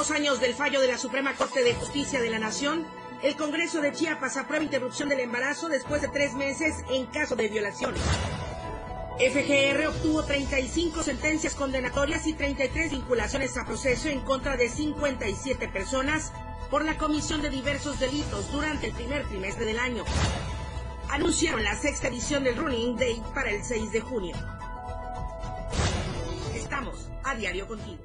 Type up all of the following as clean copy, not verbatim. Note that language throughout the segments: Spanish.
2 años del fallo de la Suprema Corte de Justicia de la Nación, el Congreso de Chiapas aprueba interrupción del embarazo después de 3 meses en caso de violaciones. FGR obtuvo 35 sentencias condenatorias y 33 vinculaciones a proceso en contra de 57 personas por la comisión de diversos delitos durante el primer trimestre del año. Anunciaron la 6ª edición del Running Day para el 6 de junio. Estamos a diario contigo.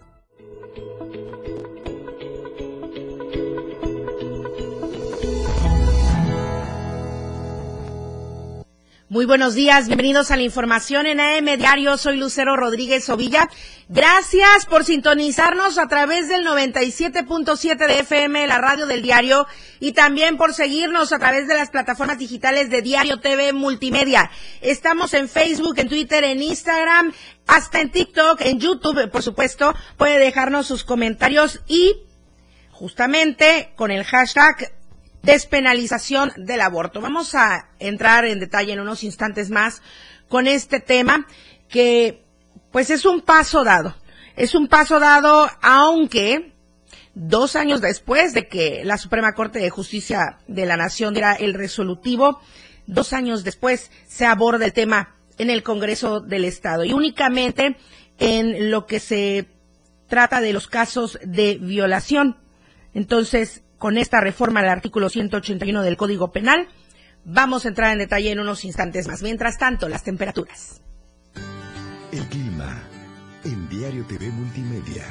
Muy buenos días, bienvenidos a la información en AM Diario. Soy Lucero Rodríguez Ovilla. Gracias por sintonizarnos a través del 97.7 de FM, la radio del diario, y también por seguirnos a través de las plataformas digitales de Diario TV Multimedia. Estamos en Facebook, en Twitter, en Instagram, hasta en TikTok, en YouTube, por supuesto. Puede dejarnos sus comentarios y justamente con el hashtag despenalización del aborto. Vamos a entrar en detalle en unos instantes más con este tema que pues es un paso dado. Es un paso dado, aunque 2 años después de que la Suprema Corte de Justicia de la Nación diera el resolutivo, 2 años después se aborda el tema en el Congreso del Estado y únicamente en lo que se trata de los casos de violación. Entonces, con esta reforma al artículo 181 del Código Penal, vamos a entrar en detalle en unos instantes más. Mientras tanto, las temperaturas. El clima en Diario TV Multimedia.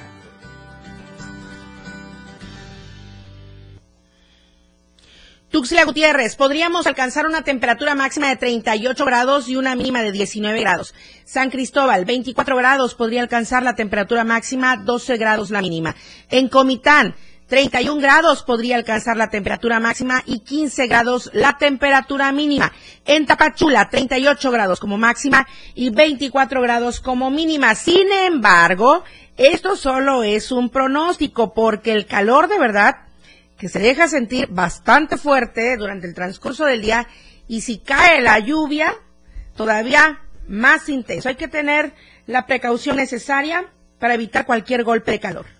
Tuxtla Gutiérrez, podríamos alcanzar una temperatura máxima de 38 grados y una mínima de 19 grados. San Cristóbal, 24 grados, podría alcanzar la temperatura máxima, 12 grados la mínima. En Comitán, 31 grados podría alcanzar la temperatura máxima y 15 grados la temperatura mínima. En Tapachula, 38 grados como máxima y 24 grados como mínima. Sin embargo, esto solo es un pronóstico porque el calor de verdad que se deja sentir bastante fuerte durante el transcurso del día y si cae la lluvia, todavía más intenso. Hay que tener la precaución necesaria para evitar cualquier golpe de calor.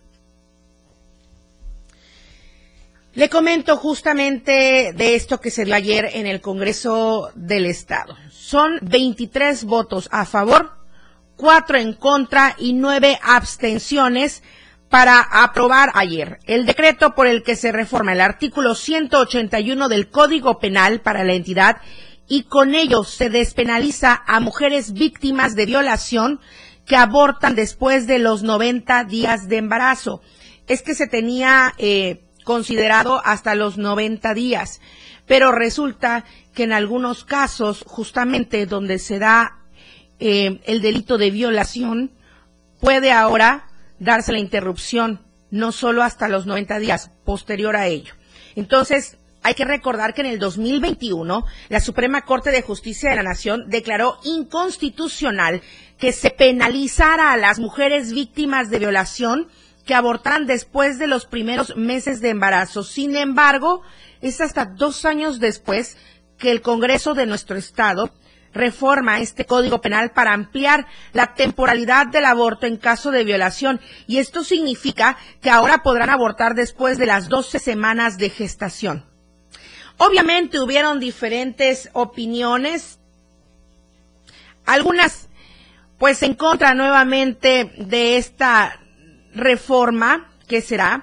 Le comento justamente de esto que se dio ayer en el Congreso del Estado. Son 23 votos a favor, 4 en contra y 9 abstenciones para aprobar ayer el decreto por el que se reforma el artículo 181 del Código Penal para la entidad y con ello se despenaliza a mujeres víctimas de violación que abortan después de los 90 días de embarazo. Es que se tenía considerado hasta los 90 días, pero resulta que en algunos casos, justamente donde se da el delito de violación, puede ahora darse la interrupción, no solo hasta los 90 días, posterior a ello. Entonces, hay que recordar que en el 2021, la Suprema Corte de Justicia de la Nación declaró inconstitucional que se penalizara a las mujeres víctimas de violación que abortaran después de los primeros meses de embarazo. Sin embargo, es hasta 2 años después que el Congreso de nuestro estado reforma este Código Penal para ampliar la temporalidad del aborto en caso de violación. Y esto significa que ahora podrán abortar después de las 12 semanas de gestación. Obviamente hubieron diferentes opiniones, algunas pues en contra nuevamente de esta reforma que será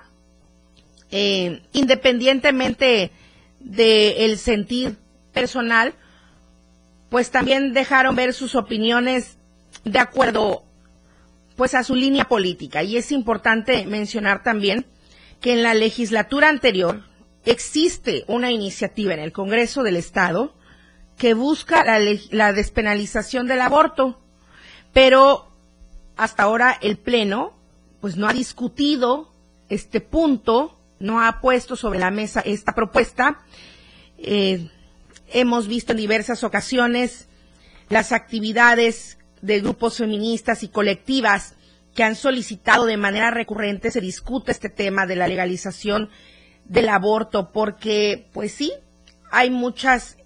independientemente del sentir personal, pues también dejaron ver sus opiniones de acuerdo pues a su línea política. Y es importante mencionar también que en la legislatura anterior existe una iniciativa en el Congreso del Estado que busca la despenalización del aborto, pero hasta ahora el Pleno pues no ha discutido este punto, no ha puesto sobre la mesa esta propuesta. Hemos visto en diversas ocasiones las actividades de grupos feministas y colectivas que han solicitado de manera recurrente se discute este tema de la legalización del aborto, porque pues sí, hay muchas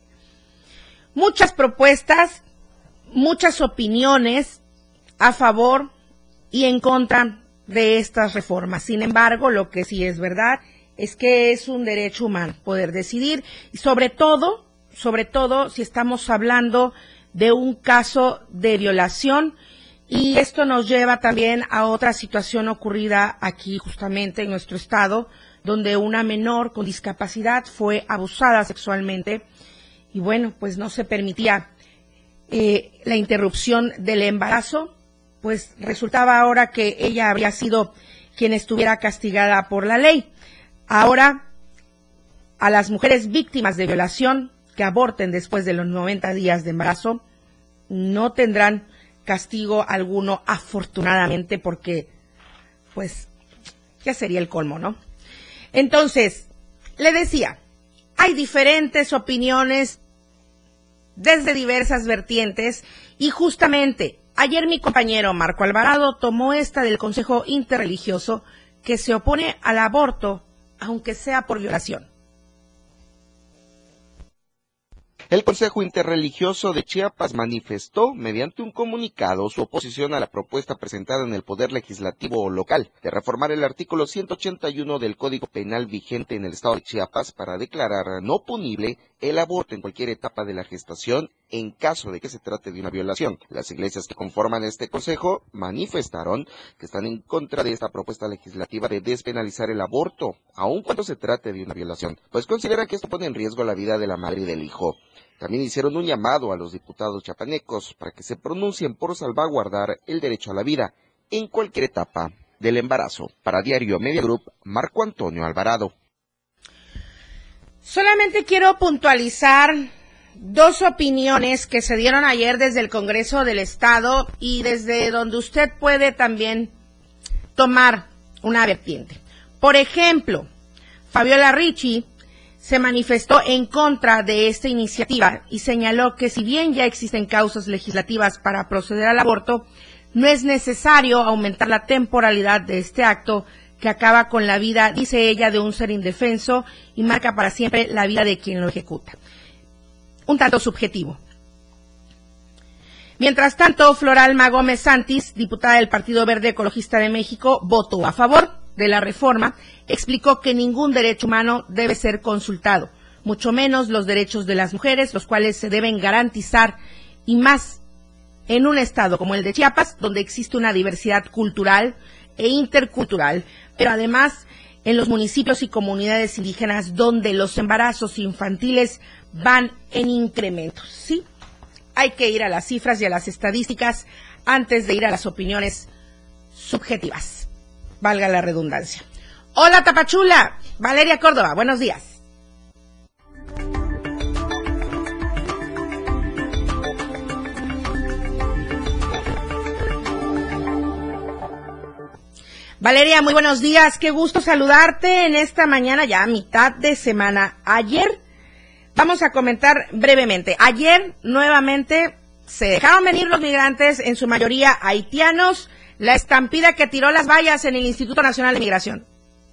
propuestas, muchas opiniones a favor y en contra de estas reformas. Sin embargo, lo que sí es verdad es que es un derecho humano poder decidir, y sobre todo si estamos hablando de un caso de violación. Y esto nos lleva también a otra situación ocurrida aquí justamente en nuestro estado, donde una menor con discapacidad fue abusada sexualmente y bueno, pues no se permitía la interrupción del embarazo, pues resultaba ahora que ella habría sido quien estuviera castigada por la ley. Ahora, a las mujeres víctimas de violación que aborten después de los 90 días de embarazo, no tendrán castigo alguno, afortunadamente, porque, pues, ya sería el colmo, ¿no? Entonces, le decía, hay diferentes opiniones desde diversas vertientes y justamente ayer mi compañero Marco Alvarado tomó esta del Consejo Interreligioso que se opone al aborto, aunque sea por violación. El Consejo Interreligioso de Chiapas manifestó mediante un comunicado su oposición a la propuesta presentada en el Poder Legislativo local de reformar el artículo 181 del Código Penal vigente en el estado de Chiapas para declarar no punible el aborto en cualquier etapa de la gestación en caso de que se trate de una violación. Las iglesias que conforman este consejo manifestaron que están en contra de esta propuesta legislativa de despenalizar el aborto, aun cuando se trate de una violación, pues consideran que esto pone en riesgo la vida de la madre y del hijo. También hicieron un llamado a los diputados chiapanecos para que se pronuncien por salvaguardar el derecho a la vida en cualquier etapa del embarazo. Para Diario Media Group, Marco Antonio Alvarado. Solamente quiero puntualizar dos opiniones que se dieron ayer desde el Congreso del Estado y desde donde usted puede también tomar una vertiente. Por ejemplo, Fabiola Ricci se manifestó en contra de esta iniciativa y señaló que si bien ya existen causas legislativas para proceder al aborto, no es necesario aumentar la temporalidad de este acto que acaba con la vida, dice ella, de un ser indefenso y marca para siempre la vida de quien lo ejecuta. Un tanto subjetivo. Mientras tanto, Floralma Gómez Santis, diputada del Partido Verde Ecologista de México, votó a favor de la reforma, explicó que ningún derecho humano debe ser consultado, mucho menos los derechos de las mujeres, los cuales se deben garantizar, y más en un estado como el de Chiapas, donde existe una diversidad cultural e intercultural, pero además en los municipios y comunidades indígenas donde los embarazos infantiles van en incremento. Sí, hay que ir a las cifras y a las estadísticas antes de ir a las opiniones subjetivas, valga la redundancia. Hola Tapachula, Valeria Córdoba, buenos días. Valeria, muy buenos días, qué gusto saludarte en esta mañana ya a mitad de semana. Ayer, vamos a comentar brevemente, ayer nuevamente se dejaron venir los migrantes, en su mayoría haitianos, la estampida que tiró las vallas en el Instituto Nacional de Migración.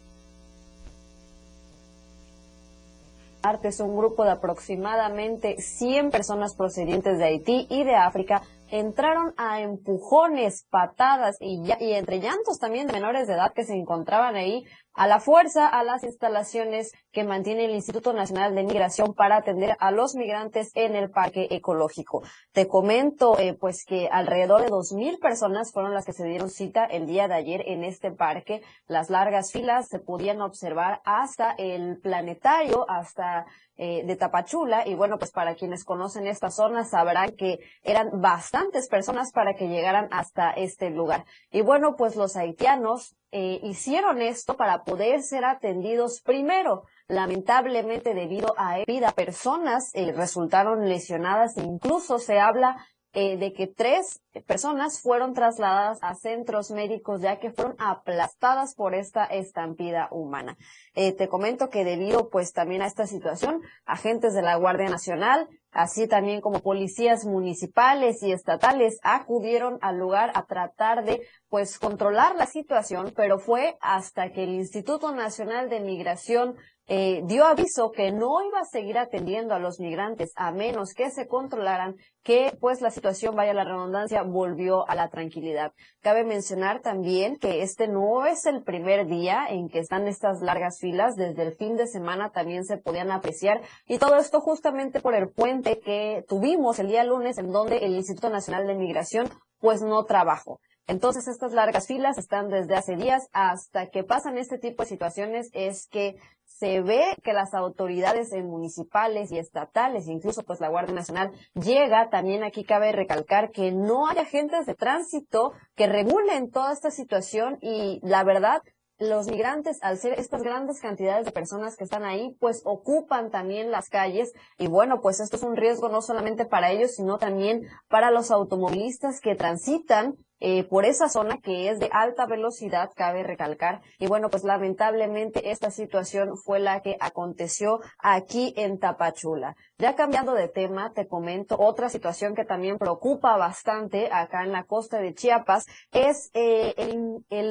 Es un grupo de aproximadamente 100 personas procedentes de Haití y de África entraron a empujones, patadas y entre llantos también de menores de edad que se encontraban ahí a la fuerza a las instalaciones que mantiene el Instituto Nacional de Migración para atender a los migrantes en el parque ecológico. Te comento pues que alrededor de 2,000 personas fueron las que se dieron cita el día de ayer en este parque. Las largas filas se podían observar hasta el planetario, hasta de Tapachula, y bueno, pues para quienes conocen esta zona sabrán que eran bastantes personas para que llegaran hasta este lugar. Y bueno, pues los haitianos hicieron esto para poder ser atendidos primero. Lamentablemente, debido a personas resultaron lesionadas e incluso se habla de que 3 personas fueron trasladadas a centros médicos ya que fueron aplastadas por esta estampida humana. Te comento que debido pues también a esta situación, agentes de la Guardia Nacional, así también como policías municipales y estatales acudieron al lugar a tratar de pues controlar la situación, pero fue hasta que el Instituto Nacional de Migración dio aviso que no iba a seguir atendiendo a los migrantes a menos que se controlaran, que pues la situación, vaya la redundancia, volvió a la tranquilidad. Cabe mencionar también que este no es el primer día en que están estas largas filas. Desde el fin de semana también se podían apreciar, y todo esto justamente por el puente que tuvimos el día lunes, en donde el Instituto Nacional de Migración pues no trabajó. Entonces estas largas filas están desde hace días. Hasta que pasan este tipo de situaciones es que se ve que las autoridades municipales y estatales, incluso pues la Guardia Nacional, llega. También aquí cabe recalcar que no hay agentes de tránsito que regulen toda esta situación, y la verdad, los migrantes, al ser estas grandes cantidades de personas que están ahí, pues ocupan también las calles, y bueno, pues esto es un riesgo no solamente para ellos, sino también para los automovilistas que transitan por esa zona que es de alta velocidad, cabe recalcar. Y bueno, pues lamentablemente esta situación fue la que aconteció aquí en Tapachula. Ya cambiando de tema, te comento otra situación que también preocupa bastante acá en la costa de Chiapas, es la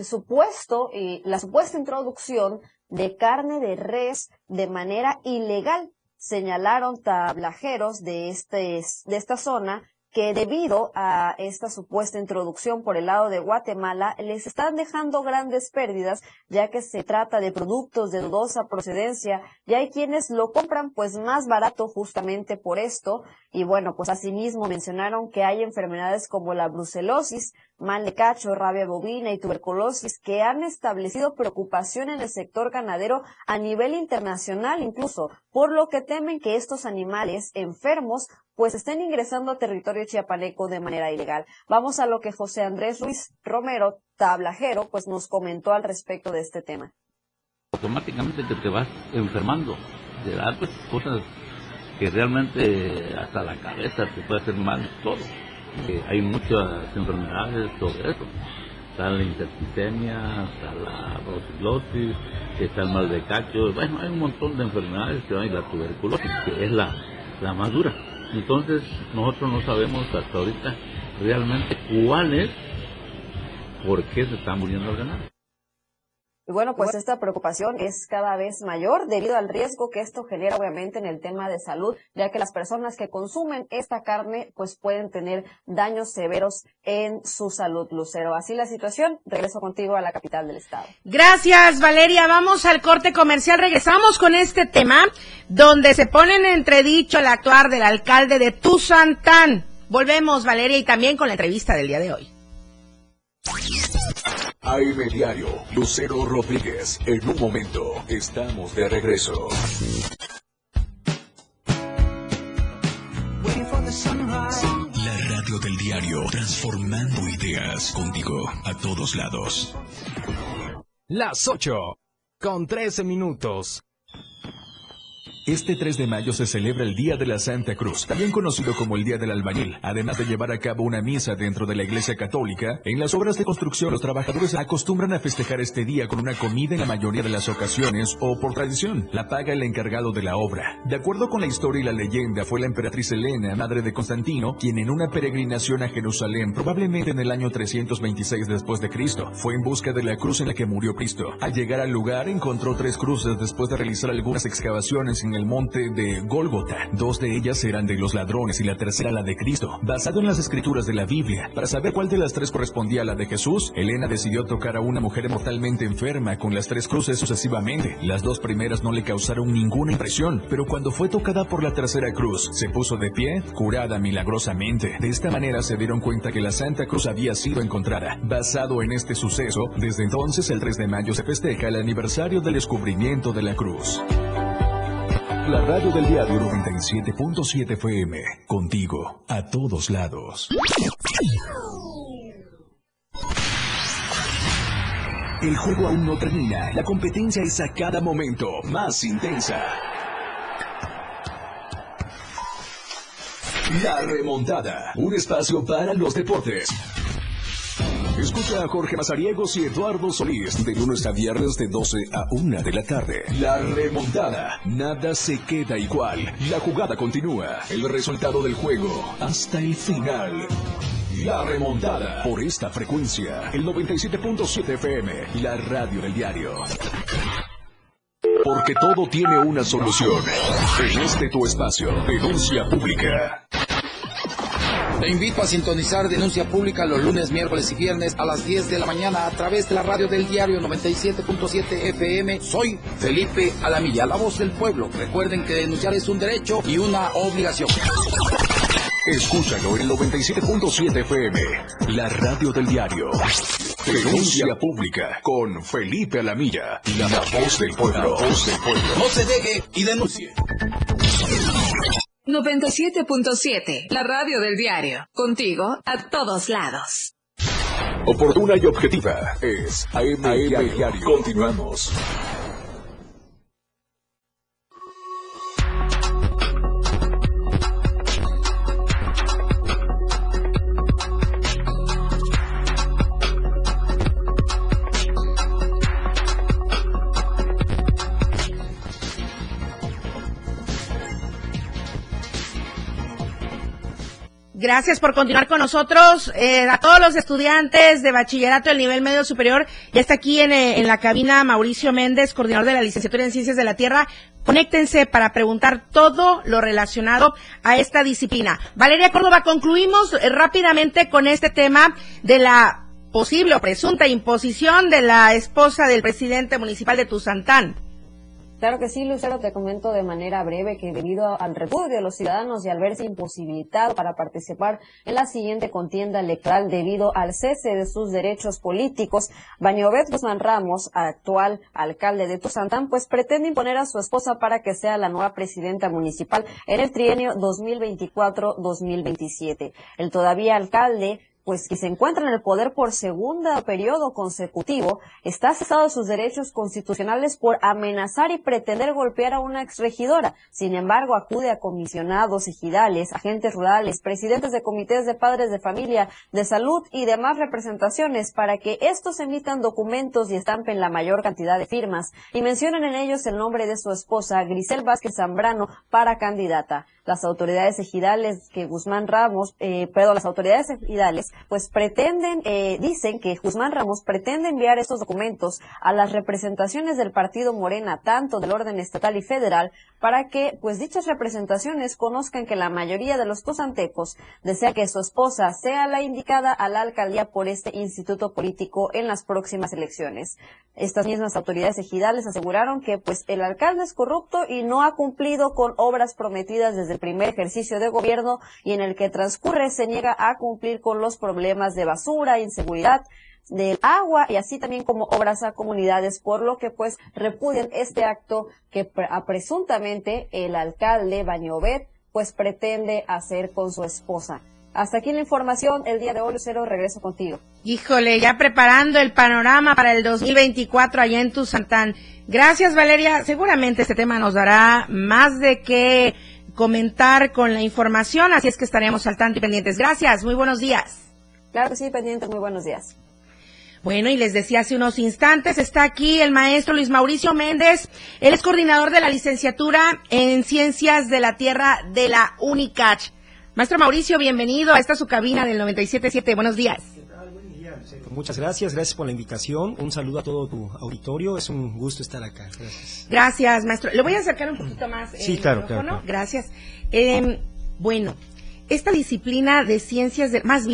supuesta introducción de carne de res de manera ilegal. Señalaron tablajeros de esta zona que debido a esta supuesta introducción por el lado de Guatemala les están dejando grandes pérdidas, ya que se trata de productos de dudosa procedencia, y hay quienes lo compran pues más barato justamente por esto. Y bueno, pues asimismo mencionaron que hay enfermedades como la brucelosis, mal de cacho, rabia bovina y tuberculosis que han establecido preocupación en el sector ganadero a nivel internacional incluso, por lo que temen que estos animales enfermos pues estén ingresando a territorio chiapaneco de manera ilegal. Vamos a lo que José Andrés Ruiz Romero, tablajero, pues nos comentó al respecto de este tema. Automáticamente te vas enfermando, de dar pues cosas que realmente hasta la cabeza te puede hacer mal todo. Hay muchas enfermedades sobre eso. Está la intertisemia, está la brucelosis, está el mal de cacho. Bueno, hay un montón de enfermedades, que hay la tuberculosis, que es la más dura. Entonces, nosotros no sabemos hasta ahorita realmente cuál es, por qué se está muriendo el ganado. Y bueno, pues esta preocupación es cada vez mayor debido al riesgo que esto genera obviamente en el tema de salud, ya que las personas que consumen esta carne pues pueden tener daños severos en su salud, Lucero. Así la situación. Regreso contigo a la capital del estado. Gracias, Valeria. Vamos al corte comercial. Regresamos con este tema donde se pone en entredicho el actuar del alcalde de Tuzantán. Volvemos, Valeria, y también con la entrevista del día de hoy. AM Diario, Lucero Rodríguez. En un momento, estamos de regreso. La radio del diario, transformando ideas contigo a todos lados. Las 8:13. Este 3 de mayo se celebra el Día de la Santa Cruz, también conocido como el Día del Albañil. Además de llevar a cabo una misa dentro de la Iglesia Católica, en las obras de construcción los trabajadores acostumbran a festejar este día con una comida en la mayoría de las ocasiones, o por tradición, la paga el encargado de la obra. De acuerdo con la historia y la leyenda, fue la emperatriz Helena, madre de Constantino, quien en una peregrinación a Jerusalén, probablemente en el año 326 después de Cristo, fue en busca de la cruz en la que murió Cristo. Al llegar al lugar encontró 3 cruces después de realizar algunas excavaciones en el monte de Gólgota. 2 de ellas eran de los ladrones y la tercera la de Cristo. Basado en las escrituras de la Biblia, para saber cuál de las 3 correspondía a la de Jesús, Helena decidió tocar a una mujer mortalmente enferma con las 3 cruces sucesivamente. Las 2 primeras no le causaron ninguna impresión, pero cuando fue tocada por la tercera cruz, se puso de pie, curada milagrosamente. De esta manera se dieron cuenta que la Santa Cruz había sido encontrada. Basado en este suceso, desde entonces el 3 de mayo se festeja el aniversario del descubrimiento de la cruz. La radio del diario 97.7 FM, contigo a todos lados. El juego aún no termina, la competencia es a cada momento más intensa. La remontada, un espacio para los deportes. Escucha a Jorge Mazariegos y Eduardo Solís de lunes a viernes de 12 a 1 de la tarde. La remontada. Nada se queda igual. La jugada continúa. El resultado del juego hasta el final. La remontada. Por esta frecuencia. El 97.7 FM. La radio del diario. Porque porque todo tiene una solución. En este tu espacio, Denuncia Pública. Te invito a sintonizar Denuncia Pública los lunes, miércoles y viernes a las 10 de la mañana a través de la radio del diario 97.7 FM. Soy Felipe Alamilla, la voz del pueblo. Recuerden que denunciar es un derecho y una obligación. Escúchalo en 97.7 FM, la radio del diario. Denuncia Pública con Felipe Alamilla, la voz del pueblo. No se deje y denuncie. 97.7, la radio del diario. Contigo a todos lados. Oportuna y objetiva es AM Diario. Continuamos. Gracias por continuar con nosotros. A todos los estudiantes de bachillerato del nivel medio superior, ya está aquí en la cabina Mauricio Méndez, coordinador de la licenciatura en Ciencias de la Tierra. Conéctense para preguntar todo lo relacionado a esta disciplina. Valeria Córdoba, concluimos rápidamente con este tema de la posible o presunta imposición de la esposa del presidente municipal de Tuzantán. Claro que sí, Lucero, te comento de manera breve que debido al repudio de los ciudadanos y al verse imposibilitado para participar en la siguiente contienda electoral debido al cese de sus derechos políticos, Bañovet Guzmán Ramos, actual alcalde de Tuzantán, pues pretende imponer a su esposa para que sea la nueva presidenta municipal en el trienio 2024-2027. El todavía alcalde, pues que se encuentra en el poder por segundo periodo consecutivo, está cesado de sus derechos constitucionales por amenazar y pretender golpear a una exregidora. Sin embargo, acude a comisionados ejidales, agentes rurales, presidentes de comités de padres de familia, de salud y demás representaciones para que estos emitan documentos y estampen la mayor cantidad de firmas y mencionen en ellos el nombre de su esposa, Grisel Vázquez Zambrano, para candidata. Las autoridades ejidales las autoridades ejidales pues pretenden, dicen que Guzmán Ramos pretende enviar estos documentos a las representaciones del partido Morena, tanto del orden estatal y federal, para que pues dichas representaciones conozcan que la mayoría de los tuzantecos desea que su esposa sea la indicada a la alcaldía por este instituto político en las próximas elecciones. Estas mismas autoridades ejidales aseguraron que pues el alcalde es corrupto y no ha cumplido con obras prometidas desde el primer ejercicio de gobierno, y en el que transcurre se niega a cumplir con los problemas de basura, inseguridad, del agua y así también como obras a comunidades, por lo que pues repudian este acto que presuntamente el alcalde Bañovet pues pretende hacer con su esposa. Hasta aquí la información el día de hoy, Lucero, regreso contigo. Híjole, ya preparando el panorama para el 2024 allá en Tuzantán. Gracias, Valeria. Seguramente este tema nos dará más de qué comentar con la información, así es que estaremos al tanto y pendientes. Gracias, muy buenos días. Claro que sí, pendientes, muy buenos días. Bueno, y les decía hace unos instantes, está aquí el maestro Luis Mauricio Méndez, él es coordinador de la licenciatura en Ciencias de la Tierra de la UNICACH. Maestro Mauricio, bienvenido a esta su cabina del 97.7, buenos días. Muchas gracias por la invitación, un saludo a todo tu auditorio, es un gusto estar acá. Gracias, maestro. Le voy a acercar un poquito más sí, claro. Gracias. Bueno, esta disciplina de ciencias,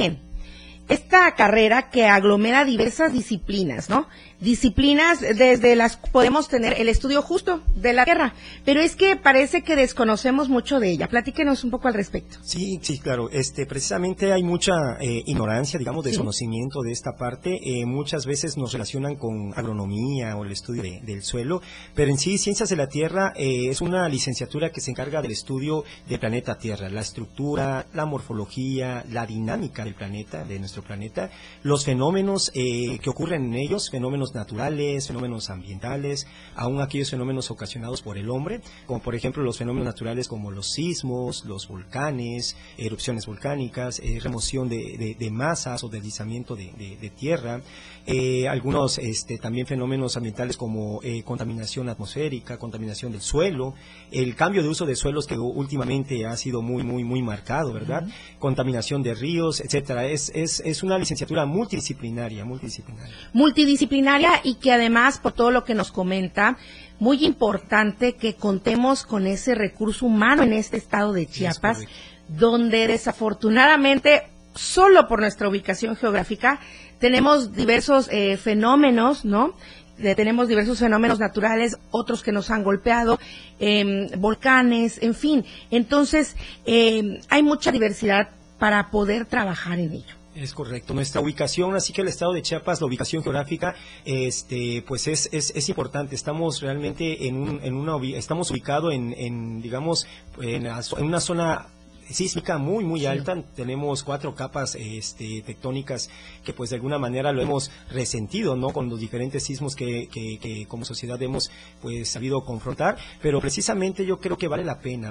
esta carrera que aglomera diversas disciplinas, ¿no? Disciplinas desde las podemos tener el estudio justo de la Tierra, pero es que parece que desconocemos mucho de ella. Platíquenos un poco al respecto. Sí, claro. Precisamente hay mucha ignorancia, digamos, desconocimiento de esta parte. Muchas veces nos relacionan con agronomía o el estudio del suelo, pero en sí, Ciencias de la Tierra es una licenciatura que se encarga del estudio del planeta Tierra, la estructura, la morfología, la dinámica del planeta, de nuestro planeta, los fenómenos que ocurren en ellos, fenómenos naturales, fenómenos ambientales, aún aquellos fenómenos ocasionados por el hombre, como por ejemplo los fenómenos naturales como los sismos, los volcanes, erupciones volcánicas, remoción de masas o deslizamiento de tierra, algunos también fenómenos ambientales como contaminación atmosférica, contaminación del suelo, el cambio de uso de suelos que últimamente ha sido muy marcado, ¿verdad? Contaminación de ríos, etcétera. Es una licenciatura multidisciplinaria. Multidisciplinaria necesaria y que además, por todo lo que nos comenta, muy importante que contemos con ese recurso humano en este estado de Chiapas, donde desafortunadamente, solo por nuestra ubicación geográfica, tenemos diversos fenómenos, ¿no? Tenemos diversos fenómenos naturales, otros que nos han golpeado, volcanes, en fin. Entonces, hay mucha diversidad para poder trabajar en ello. Es correcto. Nuestra ubicación, así que el estado de Chiapas, la ubicación geográfica, pues es importante. Estamos realmente estamos ubicados digamos, en una zona sísmica muy alta. Tenemos 4 capas tectónicas que pues de alguna manera lo hemos resentido, ¿no? Con los diferentes sismos que como sociedad hemos pues sabido confrontar, pero precisamente yo creo que vale la pena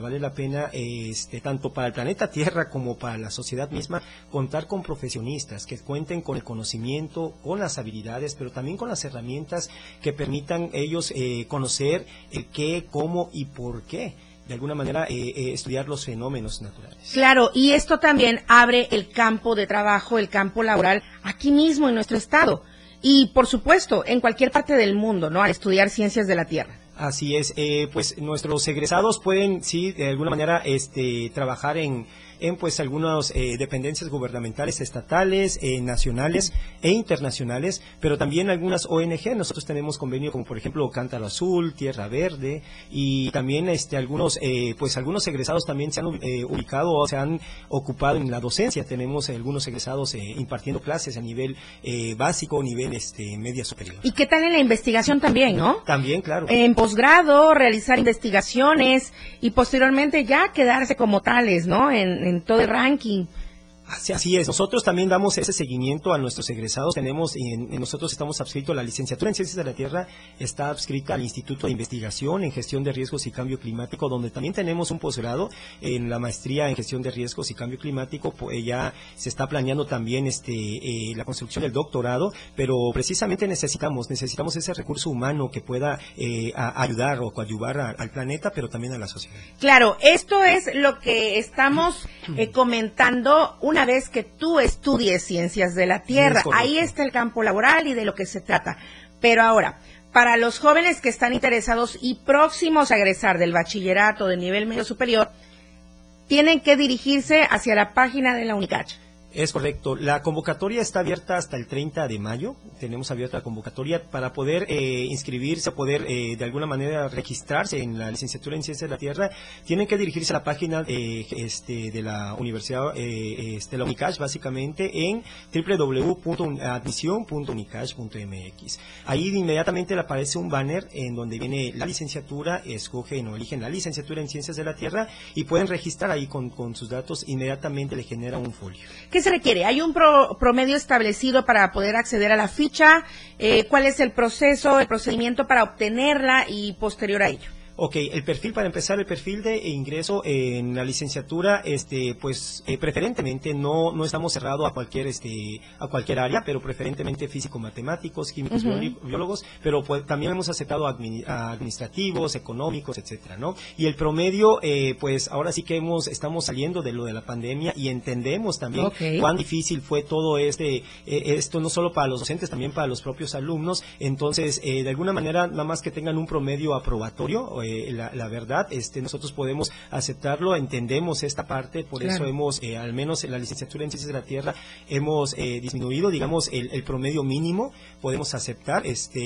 tanto para el planeta Tierra como para la sociedad misma contar con profesionistas que cuenten con el conocimiento, con las habilidades, pero también con las herramientas que permitan ellos conocer el qué, cómo y por qué. De alguna manera estudiar los fenómenos naturales. Claro, y esto también abre el campo de trabajo, el campo laboral, aquí mismo en nuestro estado. Y, por supuesto, en cualquier parte del mundo, ¿no? Al estudiar ciencias de la Tierra. Así es, pues nuestros egresados pueden, sí, de alguna manera trabajar en pues algunas dependencias gubernamentales estatales, nacionales e internacionales, pero también algunas ONG. Nosotros tenemos convenio como por ejemplo Cántaro Azul, Tierra Verde, y también algunos egresados también se han ubicado o se han ocupado en la docencia. Tenemos algunos egresados impartiendo clases a nivel básico, nivel media superior. ¿Y qué tal en la investigación también, no? También, claro. En posgrado, realizar investigaciones y posteriormente ya quedarse como tales, ¿no? En todo el ranking. Así es, nosotros también damos ese seguimiento a nuestros egresados. Nosotros estamos adscritos a la licenciatura en Ciencias de la Tierra, está adscrita al Instituto de Investigación en Gestión de Riesgos y Cambio Climático, donde también tenemos un posgrado en la maestría en Gestión de Riesgos y Cambio Climático. Pues ya se está planeando también la construcción del doctorado, pero precisamente necesitamos ese recurso humano que pueda ayudar o coadyuvar al planeta, pero también a la sociedad. Claro, esto es lo que estamos comentando una vez que tú estudies Ciencias de la Tierra. Ahí está el campo laboral y de lo que se trata. Pero ahora, para los jóvenes que están interesados y próximos a egresar del bachillerato de nivel medio superior, tienen que dirigirse hacia la página de la UNICACH. Es correcto. La convocatoria está abierta hasta el 30 de mayo. Tenemos abierta la convocatoria para poder inscribirse, poder de alguna manera registrarse en la licenciatura en Ciencias de la Tierra. Tienen que dirigirse a la página de la Universidad de la UNICACH, básicamente en www.admisión.unicache.mx. Ahí inmediatamente le aparece un banner en donde viene la licenciatura, eligen la licenciatura en Ciencias de la Tierra y pueden registrar ahí con sus datos. Inmediatamente le genera un folio. ¿Qué se requiere? ¿Hay un promedio establecido para poder acceder a la ficha? ¿Cuál es el proceso, el procedimiento para obtenerla y posterior a ello? Ok, el perfil de ingreso en la licenciatura, preferentemente no estamos cerrados a cualquier área, pero preferentemente físico-matemáticos, químicos, biólogos, pero pues también hemos aceptado administrativos, económicos, etcétera, ¿no? Y el promedio, pues ahora sí que estamos saliendo de lo de la pandemia y entendemos también cuán difícil fue todo esto no solo para los docentes, también para los propios alumnos. Entonces, de alguna manera, nada más que tengan un promedio aprobatorio, la verdad, nosotros podemos aceptarlo, entendemos esta parte, por eso hemos, al menos en la licenciatura en Ciencias de la Tierra, hemos disminuido, digamos, el promedio mínimo, podemos aceptar,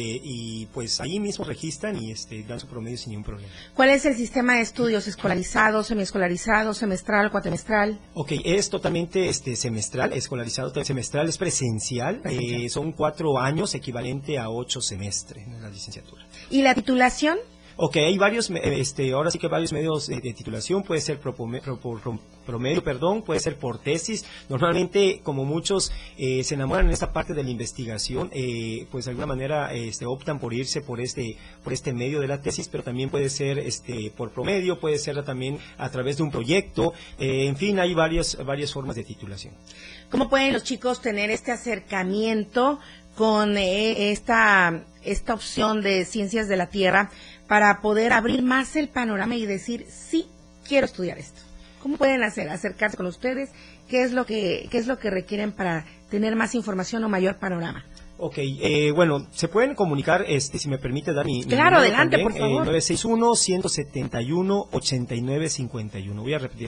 y pues ahí mismo registran y dan su promedio sin ningún problema. ¿Cuál es el sistema de estudios? ¿Escolarizado, semiescolarizado, semestral, cuatrimestral? Ok, es totalmente semestral, escolarizado, semestral, es presencial, son 4 años, equivalente a 8 semestres en la licenciatura. ¿Y la titulación? Ok, hay varios, ahora sí que varios medios de titulación, puede ser promedio, puede ser por tesis. Normalmente, como muchos se enamoran en esta parte de la investigación, pues de alguna manera optan por irse por este medio de la tesis, pero también puede ser por promedio, puede ser también a través de un proyecto, en fin, hay varias formas de titulación. ¿Cómo pueden los chicos tener este acercamiento con esta opción de Ciencias de la Tierra para poder abrir más el panorama y decir, sí, quiero estudiar esto? ¿Cómo pueden acercarse con ustedes? ¿Qué es lo que requieren para tener más información o mayor panorama? Ok, bueno, se pueden comunicar, si me permite dar mi Claro, número adelante, también, por favor. 961-171-8951. Voy a repetir,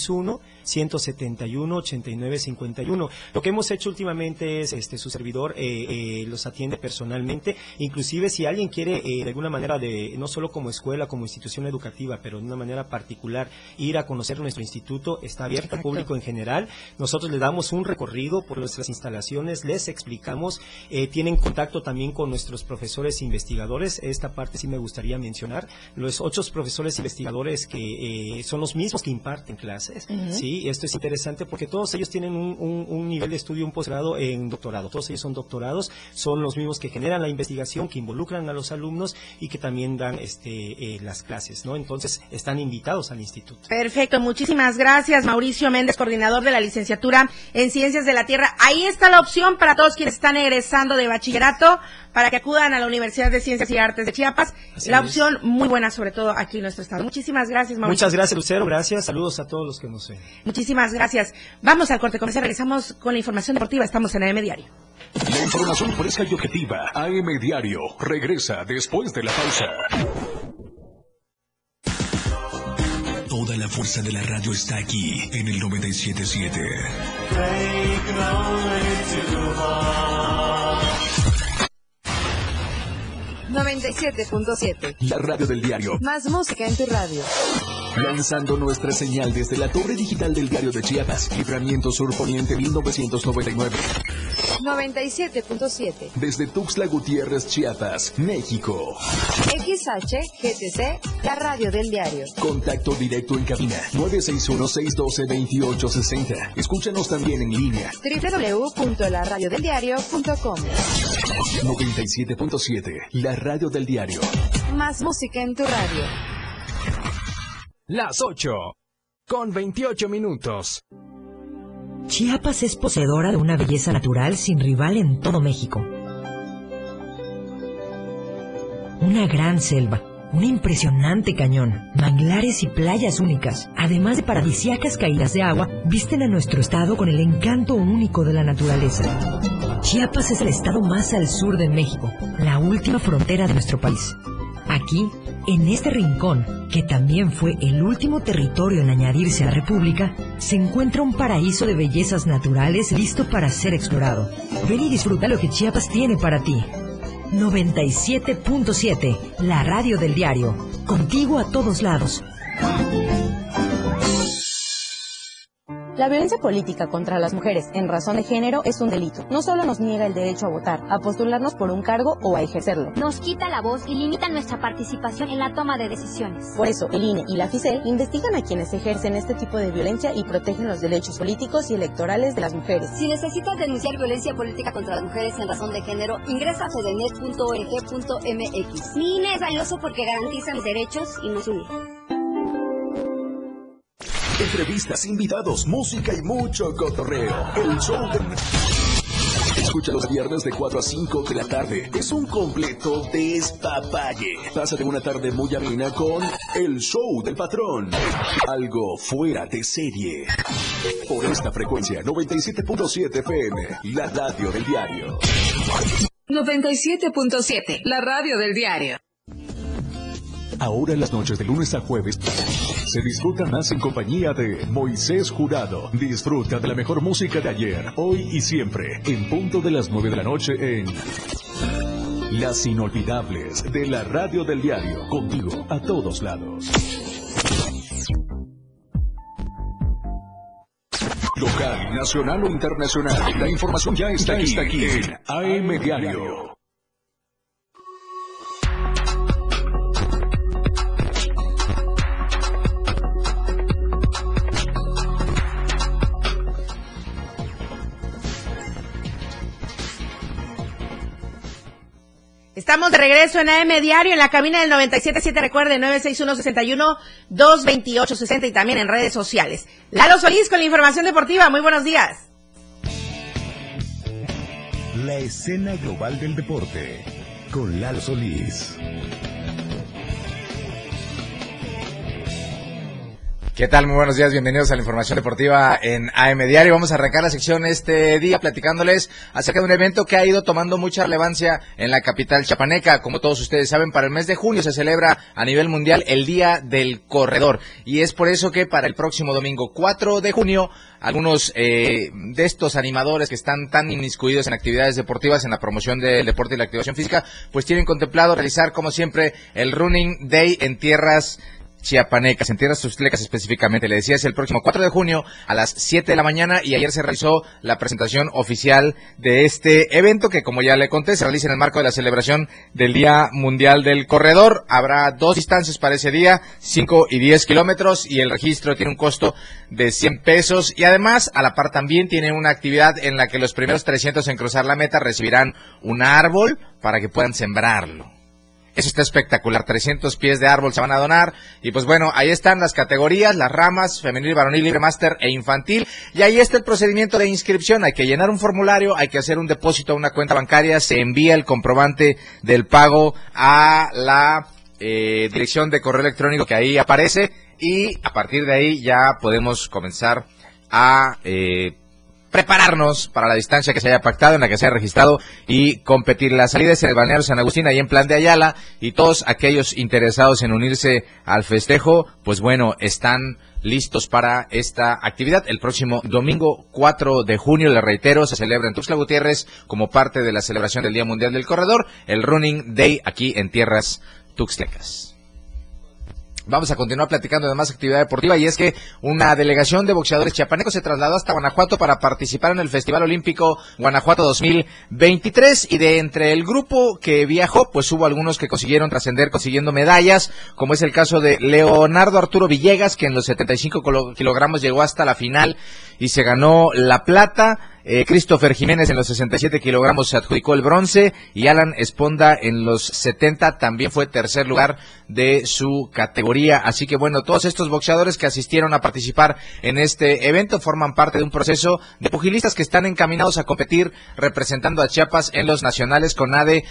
961-171-8951. Lo que hemos hecho últimamente es, su servidor los atiende personalmente. Inclusive, si alguien quiere, de alguna manera, no solo como escuela, como institución educativa, pero de una manera particular, ir a conocer nuestro instituto, está abierto al público en general. Nosotros le damos un recorrido por nuestras instalaciones, les explicamos. Tienen contacto también con nuestros profesores investigadores. Esta parte sí me gustaría mencionar. Los 8 profesores investigadores que son los mismos que imparten clases. Sí, esto es interesante porque todos ellos tienen un nivel de estudio, un posgrado en doctorado. Todos ellos son doctorados, son los mismos que generan la investigación, que involucran a los alumnos y que también dan las clases, ¿no? Entonces, están invitados al instituto. Perfecto, muchísimas gracias, Mauricio Méndez, coordinador de la licenciatura en Ciencias de la Tierra. Ahí está la opción para todos quienes están egresando de bachillerato para que acudan a la Universidad de Ciencias y Artes de Chiapas. La opción muy buena, sobre todo aquí en nuestro estado. Muchísimas gracias, Mauricio. Muchas gracias, Lucero. Gracias. Saludos a todos los que nos ven. Muchísimas gracias. Vamos al corte comercial. Regresamos con la información deportiva. Estamos en AM Diario. La información fresca y objetiva. AM Diario regresa después de la pausa. Toda la fuerza de la radio está aquí en el 97.7. 97.7. La radio del diario. Más música en tu radio. Lanzando nuestra señal desde la torre digital del Diario de Chiapas. Libramiento Sur Poniente 1999. 97.7. Desde Tuxtla Gutiérrez, Chiapas, México. XHGTC, la radio del diario. Contacto directo en cabina 961-612-2860. Escúchanos también en línea. www.laradiodeldiario.com. 97.7, la radio del diario. Más música en tu radio. Las 8:28. Chiapas es poseedora de una belleza natural sin rival en todo México. Una gran selva, un impresionante cañón, manglares y playas únicas, además de paradisíacas caídas de agua, visten a nuestro estado con el encanto único de la naturaleza. Chiapas es el estado más al sur de México, la última frontera de nuestro país. Aquí, en este rincón, que también fue el último territorio en añadirse a la República, se encuentra un paraíso de bellezas naturales listo para ser explorado. Ven y disfruta lo que Chiapas tiene para ti. 97.7, la radio del diario. Contigo a todos lados. La violencia política contra las mujeres en razón de género es un delito. No solo nos niega el derecho a votar, a postularnos por un cargo o a ejercerlo. Nos quita la voz y limita nuestra participación en la toma de decisiones. Por eso, el INE y la FICEL investigan a quienes ejercen este tipo de violencia y protegen los derechos políticos y electorales de las mujeres. Si necesitas denunciar violencia política contra las mujeres en razón de género, ingresa a fedenet.org.mx. Mi INE es valioso porque garantiza mis derechos y nos une. Entrevistas, invitados, música y mucho cotorreo. El show de... Escucha los viernes de 4 a 5 de la tarde. Es un completo despapalle. Pásate una tarde muy amena con El Show del Patrón. Algo fuera de serie. Por esta frecuencia, 97.7 FM, la radio del diario. 97.7, la radio del diario. Ahora en las noches de lunes a jueves se disfruta más en compañía de Moisés Jurado. Disfruta de la mejor música de ayer, hoy y siempre, en punto de las 9 de la noche en Las Inolvidables de la radio del diario. Contigo a todos lados. Local, nacional o internacional, la información ya está aquí en AM Diario. Estamos de regreso en AM Diario, en la cabina del 97.7, recuerde, 961-61-228-60 y también en redes sociales. Lalo Solís con la información deportiva, muy buenos días. La escena global del deporte, con Lalo Solís. ¿Qué tal? Muy buenos días, bienvenidos a la información deportiva en AM Diario. Vamos a arrancar la sección este día platicándoles acerca de un evento que ha ido tomando mucha relevancia en la capital chiapaneca. Como todos ustedes saben, para el mes de junio se celebra a nivel mundial el Día del Corredor. Y es por eso que para el próximo domingo 4 de junio, algunos de estos animadores que están tan inmiscuidos en actividades deportivas, en la promoción del deporte y la activación física, pues tienen contemplado realizar, como siempre, el Running Day en tierras chiapanecas, en tierras tuxtlecas específicamente. Le decía, es el próximo 4 de junio a las 7 de la mañana y ayer se realizó la presentación oficial de este evento que, como ya le conté, se realiza en el marco de la celebración del Día Mundial del Corredor. Habrá 2 distancias para ese día, 5 y 10 kilómetros, y el registro tiene un costo de 100 pesos y además, a la par también tiene una actividad en la que los primeros 300 en cruzar la meta recibirán un árbol para que puedan sembrarlo. Eso está espectacular, 300 pies de árbol se van a donar, y pues bueno, ahí están las categorías, las ramas, femenil, varonil, libre, máster e infantil, y ahí está el procedimiento de inscripción. Hay que llenar un formulario, hay que hacer un depósito a una cuenta bancaria, se envía el comprobante del pago a la dirección de correo electrónico que ahí aparece, y a partir de ahí ya podemos comenzar a prepararnos para la distancia que se haya pactado, en la que se haya registrado, y competir. La salida es en el balneario San Agustín, ahí en Plan de Ayala, y todos aquellos interesados en unirse al festejo, pues bueno, están listos para esta actividad. El próximo domingo 4 de junio, le reitero, se celebra en Tuxtla Gutiérrez como parte de la celebración del Día Mundial del Corredor, el Running Day aquí en tierras tuxtlecas. Vamos a continuar platicando de más actividad deportiva, y es que una delegación de boxeadores chiapanecos se trasladó hasta Guanajuato para participar en el Festival Olímpico Guanajuato 2023, y de entre el grupo que viajó, pues hubo algunos que consiguieron trascender consiguiendo medallas, como es el caso de Leonardo Arturo Villegas, que en los 75 kilogramos llegó hasta la final y se ganó la plata. Christopher Jiménez en los 67 kilogramos se adjudicó el bronce, y Alan Esponda en los 70 también fue tercer lugar de su categoría. Así que bueno, todos estos boxeadores que asistieron a participar en este evento forman parte de un proceso de pugilistas que están encaminados a competir representando a Chiapas en los nacionales CONADE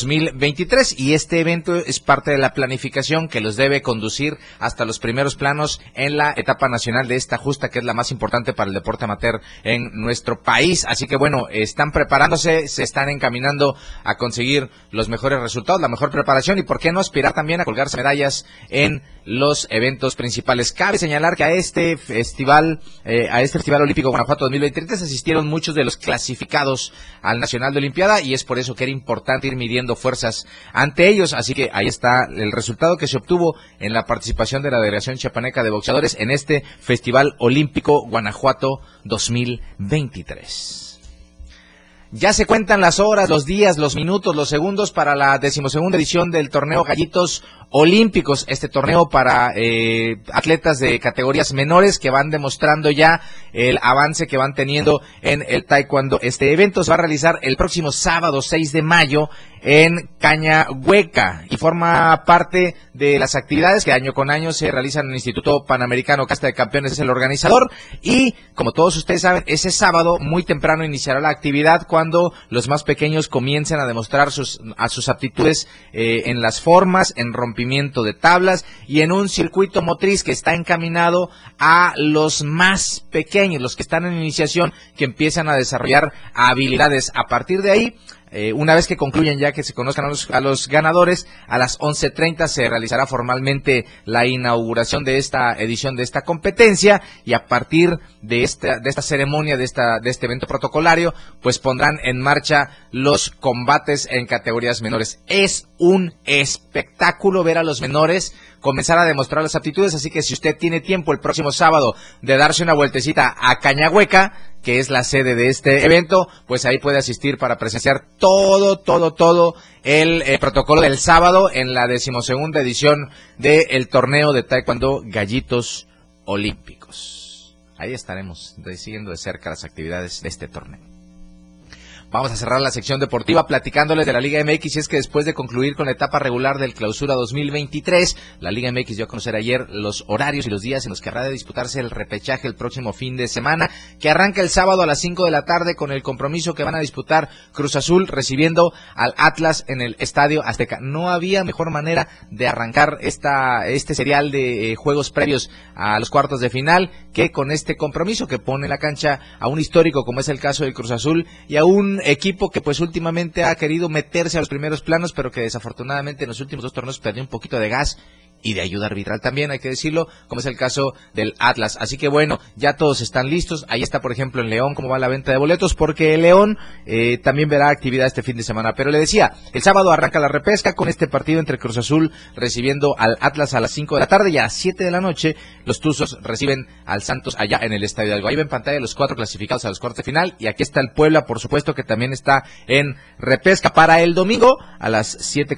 2023, y este evento es parte de la planificación que los debe conducir hasta los primeros planos en la etapa nacional de esta justa, que es la más importante para el deporte amateur en nuestro país. Así que bueno, están preparándose, se están encaminando a conseguir los mejores resultados, la mejor preparación, y por qué no aspirar también a colgarse medallas en los eventos principales. Cabe señalar que a este festival Olímpico Guanajuato 2023 asistieron muchos de los clasificados al Nacional de Olimpiada, y es por eso que era importante ir midiendo fuerzas ante ellos. Así que ahí está el resultado que se obtuvo en la participación de la delegación chiapaneca de boxeadores en este Festival Olímpico Guanajuato 2023. Ya se cuentan las horas, los días, los minutos, los segundos para la 12ª edición del torneo Gallitos Olímpicos, este torneo para atletas de categorías menores que van demostrando ya el avance que van teniendo en el taekwondo. Este evento se va a realizar el próximo sábado 6 de mayo en Cañahueca y forma parte de las actividades que año con año se realizan en el Instituto Panamericano Casta de Campeones, es el organizador, y como todos ustedes saben, ese sábado muy temprano iniciará la actividad cuando los más pequeños comiencen a demostrar sus aptitudes en las formas, en rompimiento de tablas y en un circuito motriz que está encaminado a los más pequeños, los que están en iniciación, que empiezan a desarrollar habilidades. A partir de ahí, una vez que concluyan, ya que se conozcan a los ganadores, a las 11:30 se realizará formalmente la inauguración de esta edición de esta competencia, y a partir de esta ceremonia, de este evento protocolario, pues pondrán en marcha los combates en categorías menores. Es un espectáculo ver a los menores comenzar a demostrar las aptitudes, así que si usted tiene tiempo el próximo sábado de darse una vueltecita a Cañahueca, que es la sede de este evento, pues ahí puede asistir para presenciar todo el protocolo del sábado en la 12ª edición del torneo de taekwondo Gallitos Olímpicos. Ahí estaremos siguiendo de cerca las actividades de este torneo. Vamos a cerrar la sección deportiva platicándoles de la Liga MX, y es que después de concluir con la etapa regular del Clausura 2023, la Liga MX dio a conocer ayer los horarios y los días en los que habrá de disputarse el repechaje el próximo fin de semana, que arranca el sábado a las 5 de la tarde con el compromiso que van a disputar Cruz Azul recibiendo al Atlas en el Estadio Azteca. No había mejor manera de arrancar este serial de juegos previos a los cuartos de final que con este compromiso que pone en la cancha a un histórico como es el caso del Cruz Azul y a un equipo que pues últimamente ha querido meterse a los primeros planos, pero que desafortunadamente en los últimos 2 torneos perdió un poquito de gas y de ayuda arbitral también, hay que decirlo, como es el caso del Atlas. Así que bueno, ya todos están listos. Ahí está, por ejemplo, en León cómo va la venta de boletos, porque el León también verá actividad este fin de semana. Pero le decía, el sábado arranca la repesca con este partido entre Cruz Azul recibiendo al Atlas a las 5 de la tarde, y a las 7 de la noche los Tuzos reciben al Santos allá en el Estadio Hidalgo. Ahí ven en pantalla los 4 clasificados a los cuartos de final, y aquí está el Puebla, por supuesto, que también está en repesca. Para el domingo, a las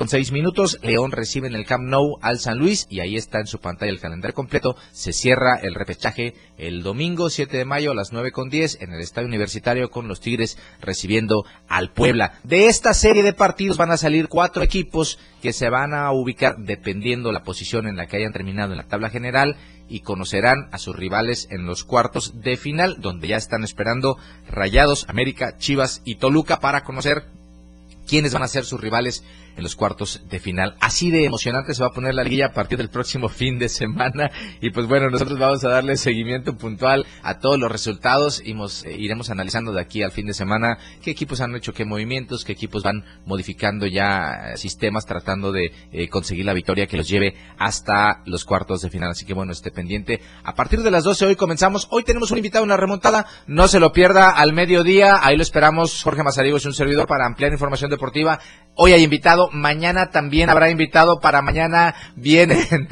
7:06, León recibe en el Camp Nou al San Luis, y ahí está en su pantalla el calendario completo. Se cierra el repechaje el domingo 7 de mayo a las 9:10 en el Estadio Universitario, con los Tigres recibiendo al Puebla. De esta serie de partidos van a salir 4 equipos que se van a ubicar dependiendo la posición en la que hayan terminado en la tabla general, y conocerán a sus rivales en los cuartos de final, donde ya están esperando Rayados, América, Chivas y Toluca para conocer quiénes van a ser sus rivales en los cuartos de final. Así de emocionante se va a poner la liguilla a partir del próximo fin de semana, y pues bueno, nosotros vamos a darle seguimiento puntual a todos los resultados, iremos analizando de aquí al fin de semana qué equipos han hecho qué movimientos, qué equipos van modificando ya sistemas tratando de conseguir la victoria que los lleve hasta los cuartos de final. Así que bueno, esté pendiente. A partir de las 12 hoy comenzamos. Hoy tenemos un invitado en la remontada, no se lo pierda al mediodía, ahí lo esperamos. Jorge Mazariegos y un servidor para ampliar información deportiva. Hoy hay invitado, mañana también habrá invitado. Para mañana vienen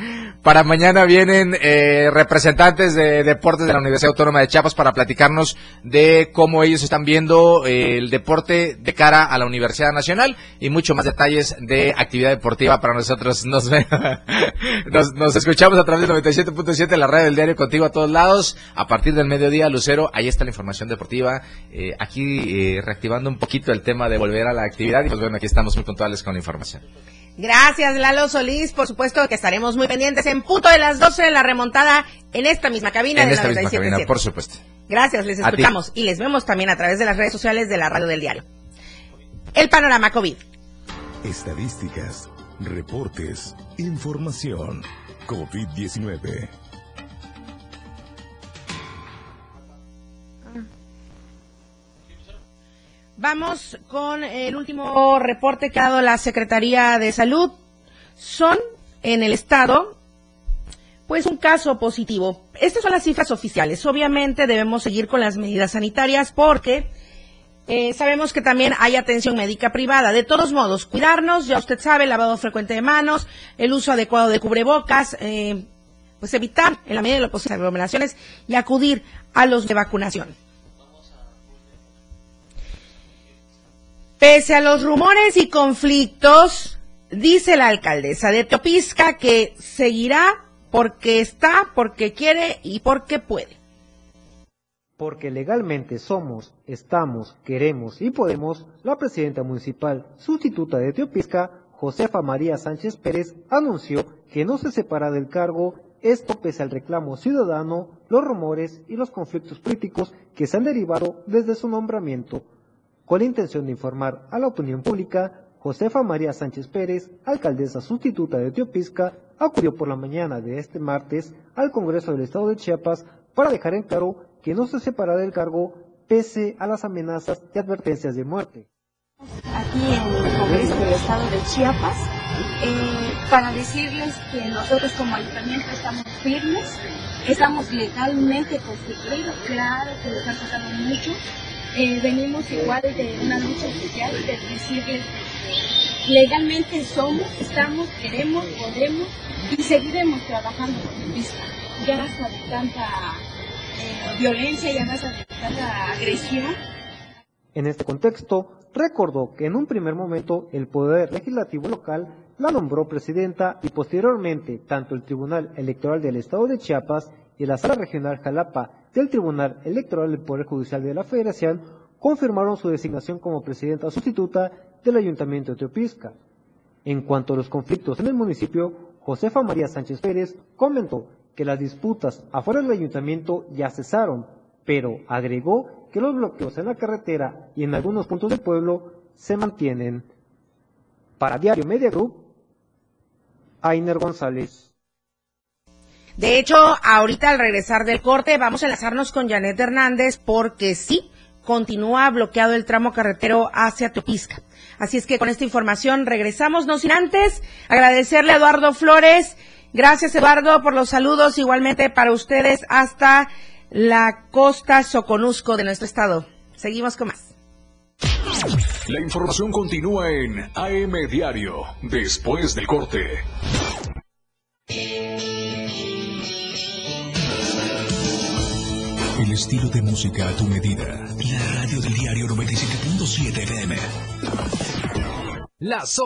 representantes de deportes de la Universidad Autónoma de Chiapas para platicarnos de cómo ellos están viendo el deporte de cara a la Universidad Nacional, y mucho más detalles de actividad deportiva para nosotros. Nos escuchamos a través del 97.7, la radio del diario, contigo a todos lados. A partir del mediodía, Lucero, ahí está la información deportiva. Aquí reactivando un poquito el tema de volver a la actividad, y pues bueno, aquí estamos muy puntuales con la información. Gracias, Lalo Solís. Por supuesto que estaremos muy pendientes en punto de las 12 de la remontada en esta misma cabina. En esta misma cabina, por supuesto. Gracias, les escuchamos y les vemos también a través de las redes sociales de la radio del diario. El panorama COVID. Estadísticas, reportes, información. COVID-19. Vamos con el último reporte que ha dado la Secretaría de Salud. Son en el estado, pues, un caso positivo. Estas son las cifras oficiales. Obviamente debemos seguir con las medidas sanitarias porque sabemos que también hay atención médica privada. De todos modos, cuidarnos, ya usted sabe, lavado frecuente de manos, el uso adecuado de cubrebocas, pues evitar en la medida de lo posible aglomeraciones y acudir a los de vacunación. Pese a los rumores y conflictos, dice la alcaldesa de Teopisca que seguirá porque está, porque quiere y porque puede. Porque legalmente somos, estamos, queremos y podemos, la presidenta municipal sustituta de Teopisca, Josefa María Sánchez Pérez, anunció que no se separa del cargo, esto pese al reclamo ciudadano, los rumores y los conflictos políticos que se han derivado desde su nombramiento. Con la intención de informar a la opinión pública, Josefa María Sánchez Pérez, alcaldesa sustituta de Teopisca, acudió por la mañana de este martes al Congreso del Estado de Chiapas para dejar en claro que no se separa del cargo pese a las amenazas y advertencias de muerte. Aquí en el Congreso del Estado de Chiapas, para decirles que nosotros como ayuntamiento estamos firmes, estamos legalmente constituidos, claro que nos ha tocado mucho. Venimos igual de una lucha social, de decirles que legalmente somos, estamos, queremos, podemos y seguiremos trabajando con Teopisca. Ya basta de tanta violencia, ya basta de tanta agresión. En este contexto, recordó que en un primer momento el Poder Legislativo local la nombró presidenta y posteriormente tanto el Tribunal Electoral del Estado de Chiapas y la Sala Regional Jalapa del Tribunal Electoral del Poder Judicial de la Federación confirmaron su designación como presidenta sustituta del Ayuntamiento de Teopisca. En cuanto a los conflictos en el municipio, Josefa María Sánchez Pérez comentó que las disputas afuera del ayuntamiento ya cesaron, pero agregó que los bloqueos en la carretera y en algunos puntos del pueblo se mantienen. Para Diario Media Group, Ainer González. De hecho, ahorita al regresar del corte vamos a enlazarnos con Janet Hernández porque sí, continúa bloqueado el tramo carretero hacia Teopisca. Así es que con esta información regresamos, no sin antes agradecerle a Eduardo Flores. Gracias, Eduardo, por los saludos, igualmente para ustedes hasta la costa Soconusco de nuestro estado. Seguimos con más. La información continúa en AM Diario, después del corte. El estilo de música a tu medida. La radio del diario 97.7 FM. Las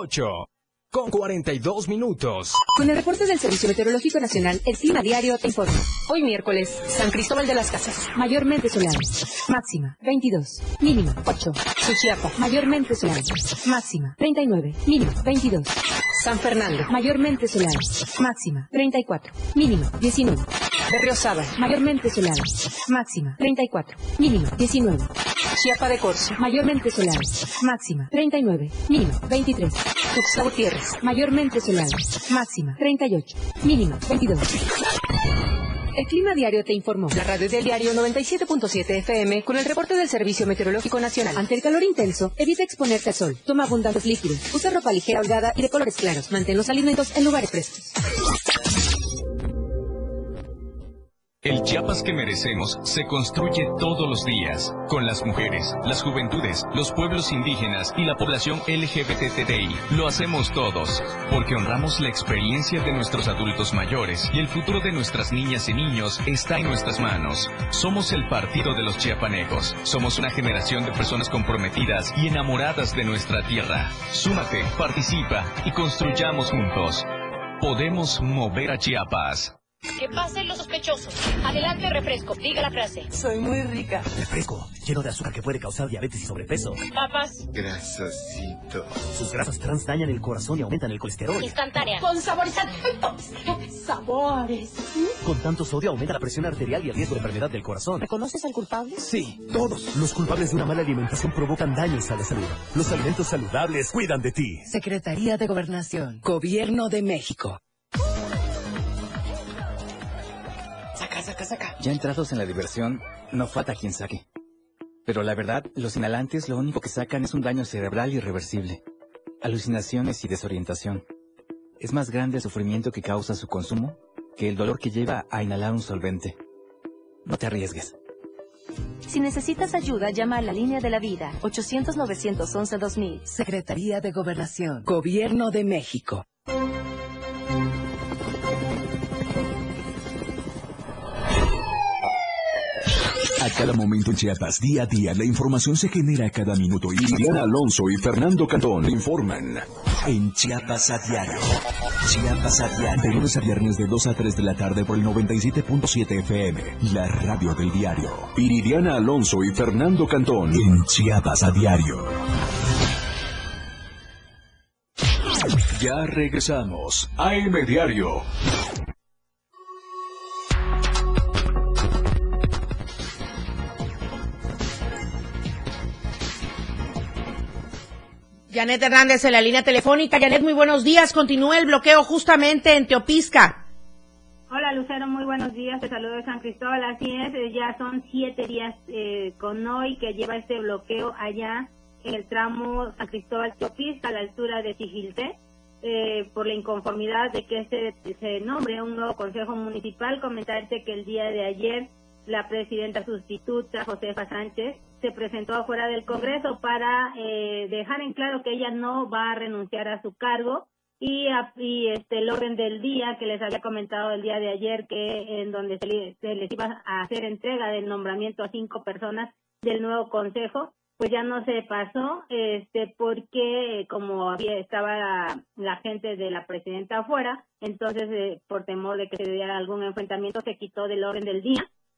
8:42. Con el reporte del Servicio Meteorológico Nacional, el Clima Diario te informa. Hoy miércoles, San Cristóbal de las Casas, mayormente soleado. Máxima, 22. Mínima, 8. Suchiapa, mayormente soleado. Máxima, 39. Mínima, 22. San Fernando, mayormente soleado. Máxima, 34. Mínima, 19. Berriozábal, mayormente soleado. Máxima, 34. Mínima, 19. Chiapa de Corzo, mayormente soleado. Máxima, 39. Mínima, 23. Tuxtla Gutiérrez, mayormente soleado. Máxima, 38. Mínima, 22. El Clima Diario te informó. La radio del diario 97.7 FM con el reporte del Servicio Meteorológico Nacional. Ante el calor intenso, evita exponerte al sol. Toma abundantes líquidos. Usa ropa ligera, holgada y de colores claros. Mantén los alimentos en lugares frescos. El Chiapas que merecemos se construye todos los días, con las mujeres, las juventudes, los pueblos indígenas y la población LGBTTI. Lo hacemos todos, porque honramos la experiencia de nuestros adultos mayores y el futuro de nuestras niñas y niños está en nuestras manos. Somos el partido de los chiapanecos. Somos una generación de personas comprometidas y enamoradas de nuestra tierra. Súmate, participa y construyamos juntos. Podemos mover a Chiapas. Que pasen los sospechosos. Adelante, refresco. Diga la frase. Soy muy rica. Refresco, lleno de azúcar que puede causar diabetes y sobrepeso. Papas. Grasosito. Sus grasas trans dañan el corazón y aumentan el colesterol. Instantánea. Con saborizantes. Sabores. Con tanto sodio aumenta la presión arterial y el riesgo de enfermedad del corazón. ¿Reconoces al culpable? Sí, todos. Los culpables de una mala alimentación provocan daños a la salud. Los alimentos saludables cuidan de ti. Secretaría de Gobernación. Gobierno de México. Saca. Ya entrados en la diversión, no falta quien saque. Pero la verdad, los inhalantes lo único que sacan es un daño cerebral irreversible, alucinaciones y desorientación. Es más grande el sufrimiento que causa su consumo que el dolor que lleva a inhalar un solvente. No te arriesgues. Si necesitas ayuda, llama a la línea de la vida, 800-911-2000. Secretaría de Gobernación, Gobierno de México. A cada momento en Chiapas, día a día, la información se genera a cada minuto. Y Diana Alonso y Fernando Cantón informan en Chiapas a Diario. Chiapas a Diario. De lunes a viernes de 2 a 3 de la tarde por el 97.7 FM. La radio del diario. Iridiana Alonso y Fernando Cantón en Chiapas a Diario. Ya regresamos. AM Diario. Janet Hernández en la línea telefónica. Janet, muy buenos días. Continúa el bloqueo justamente en Teopisca. Hola, Lucero, muy buenos días. Te saludo de San Cristóbal. Así es, ya son 7 días con hoy que lleva este bloqueo allá en el tramo San Cristóbal-Teopisca, a la altura de Tijilté, por la inconformidad de que se nombre un nuevo consejo municipal. Comentarte que el día de ayer la presidenta sustituta, Josefa Sánchez, se presentó afuera del Congreso para dejar en claro que ella no va a renunciar a su cargo y el orden del día que les había comentado el día de ayer, que en donde se les iba a hacer entrega del nombramiento a 5 personas del nuevo consejo, pues ya no se pasó, porque como estaba la gente de la presidenta afuera, entonces por temor de que se diera algún enfrentamiento se quitó del orden del día.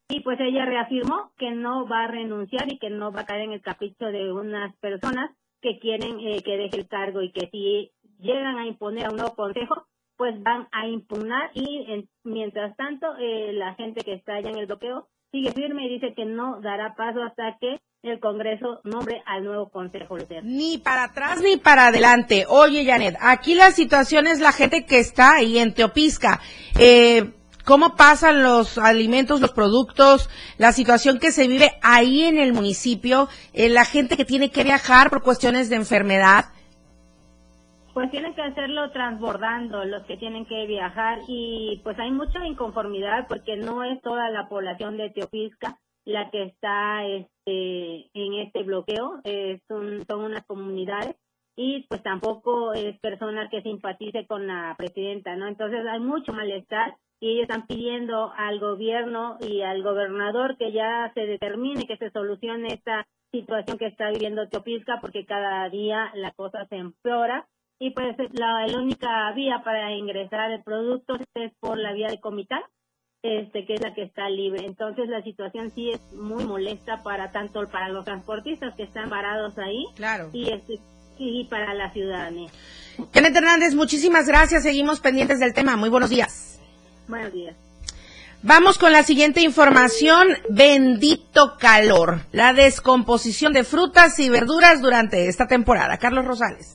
y pues ella reafirmó que no va a renunciar y que no va a caer en el capricho de unas personas que quieren que deje el cargo, y que si llegan a imponer a un nuevo consejo, pues van a impugnar, y mientras tanto la gente que está allá en el bloqueo sigue firme y dice que no dará paso hasta que el Congreso nombre al nuevo Consejo, Lucero. Ni para atrás ni para adelante. Oye, Janet, aquí la situación es la gente que está ahí en Teopisca. ¿Cómo pasan los alimentos, los productos, la situación que se vive ahí en el municipio, la gente que tiene que viajar por cuestiones de enfermedad? Pues tienen que hacerlo transbordando los que tienen que viajar, y pues hay mucha inconformidad porque no es toda la población de Teopisca la que está en este bloqueo, son unas comunidades, y pues tampoco es personal que simpatice con la presidenta, ¿no? Entonces hay mucho malestar, y ellos están pidiendo al gobierno y al gobernador que ya se determine, que se solucione esta situación que está viviendo Teopisca, porque cada día la cosa se empeora. Y pues la única vía para ingresar el producto es por la vía de Comitán, que es la que está libre. Entonces la situación sí es muy molesta tanto para los transportistas que están varados ahí, claro, y para la ciudadanía. Janet Hernández, muchísimas gracias. Seguimos pendientes del tema. Muy buenos días. Buenos días. Vamos con la siguiente información. Bendito calor. La descomposición de frutas y verduras durante esta temporada. Carlos Rosales.